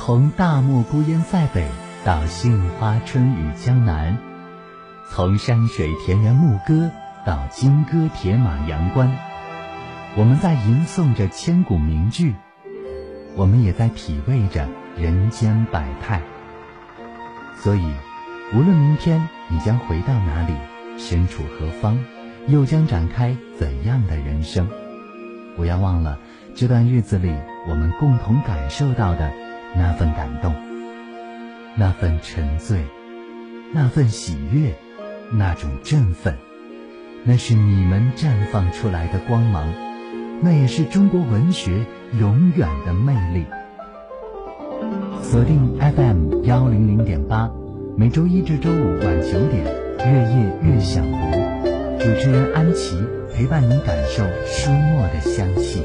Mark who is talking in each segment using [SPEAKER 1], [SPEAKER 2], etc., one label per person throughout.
[SPEAKER 1] 从大漠孤烟塞北到杏花春雨江南，从山水田园牧歌到金戈铁马阳关，我们在吟诵着千古名句，我们也在体味着人间百态。所以无论明天你将回到哪里，身处何方，又将展开怎样的人生，不要忘了这段日子里我们共同感受到的那份感动，那份沉醉，那份喜悦，那种振奋，那是你们绽放出来的光芒，那也是中国文学永远的魅力。锁定 FM100.8，每周一至周五晚9点，月夜月小湖，主持人安琪陪伴您感受书墨的香气。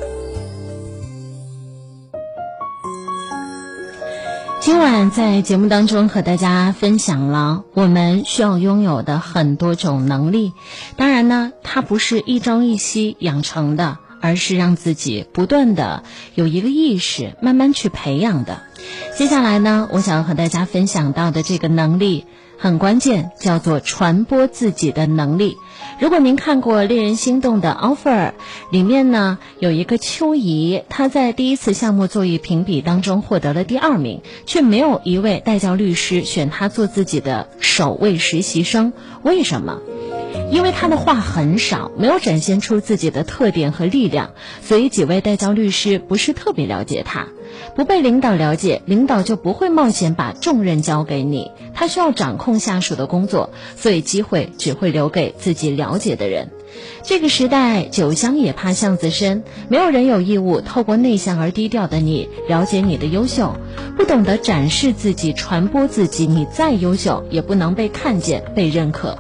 [SPEAKER 2] 今晚在节目当中和大家分享了我们需要拥有的很多种能力，当然呢，它不是一朝一夕养成的，而是让自己不断的有一个意识慢慢去培养的。接下来呢，我想要和大家分享到的这个能力很关键，叫做传播自己的能力。如果您看过《猎人心动》的 offer 里面呢，有一个秋怡，她在第一次项目作业评比当中获得了第2名，却没有一位代教律师选她做自己的首位实习生。为什么？因为他的话很少，没有展现出自己的特点和力量，所以几位代教律师不是特别了解他。不被领导了解，领导就不会冒险把重任交给你，他需要掌控下属的工作，所以机会只会留给自己了解的人。这个时代酒香也怕巷子深，没有人有义务透过内向而低调的你了解你的优秀。不懂得展示自己传播自己，你再优秀也不能被看见被认可。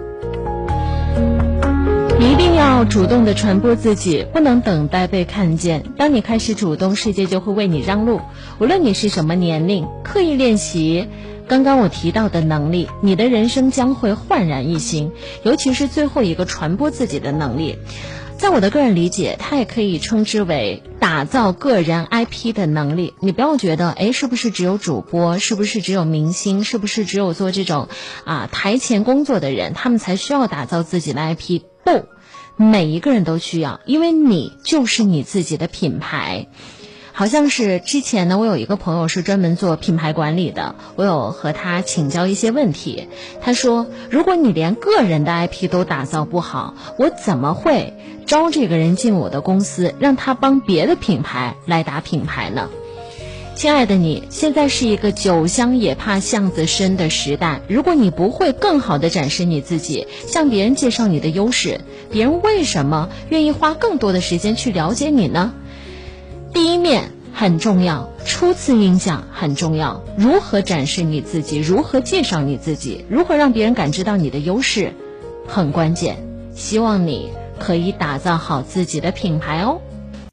[SPEAKER 2] 你一定要主动地传播自己，不能等待被看见。当你开始主动，世界就会为你让路。无论你是什么年龄，刻意练习刚刚我提到的能力，你的人生将会焕然一新。尤其是最后一个传播自己的能力，在我的个人理解，它也可以称之为打造个人 IP 的能力。你不要觉得是不是只有主播，是不是只有明星，是不是只有做这种台前工作的人，他们才需要打造自己的 IP。不，每一个人都需要，因为你就是你自己的品牌。好像是之前呢，我有一个朋友是专门做品牌管理的，我有和他请教一些问题。他说，如果你连个人的 IP 都打造不好，我怎么会招这个人进我的公司，让他帮别的品牌来打品牌呢？亲爱的你，现在是一个酒香也怕巷子深的时代，如果你不会更好地展示你自己，向别人介绍你的优势，别人为什么愿意花更多的时间去了解你呢？第一面很重要，初次印象很重要，如何展示你自己，如何介绍你自己，如何让别人感知到你的优势很关键。希望你可以打造好自己的品牌哦。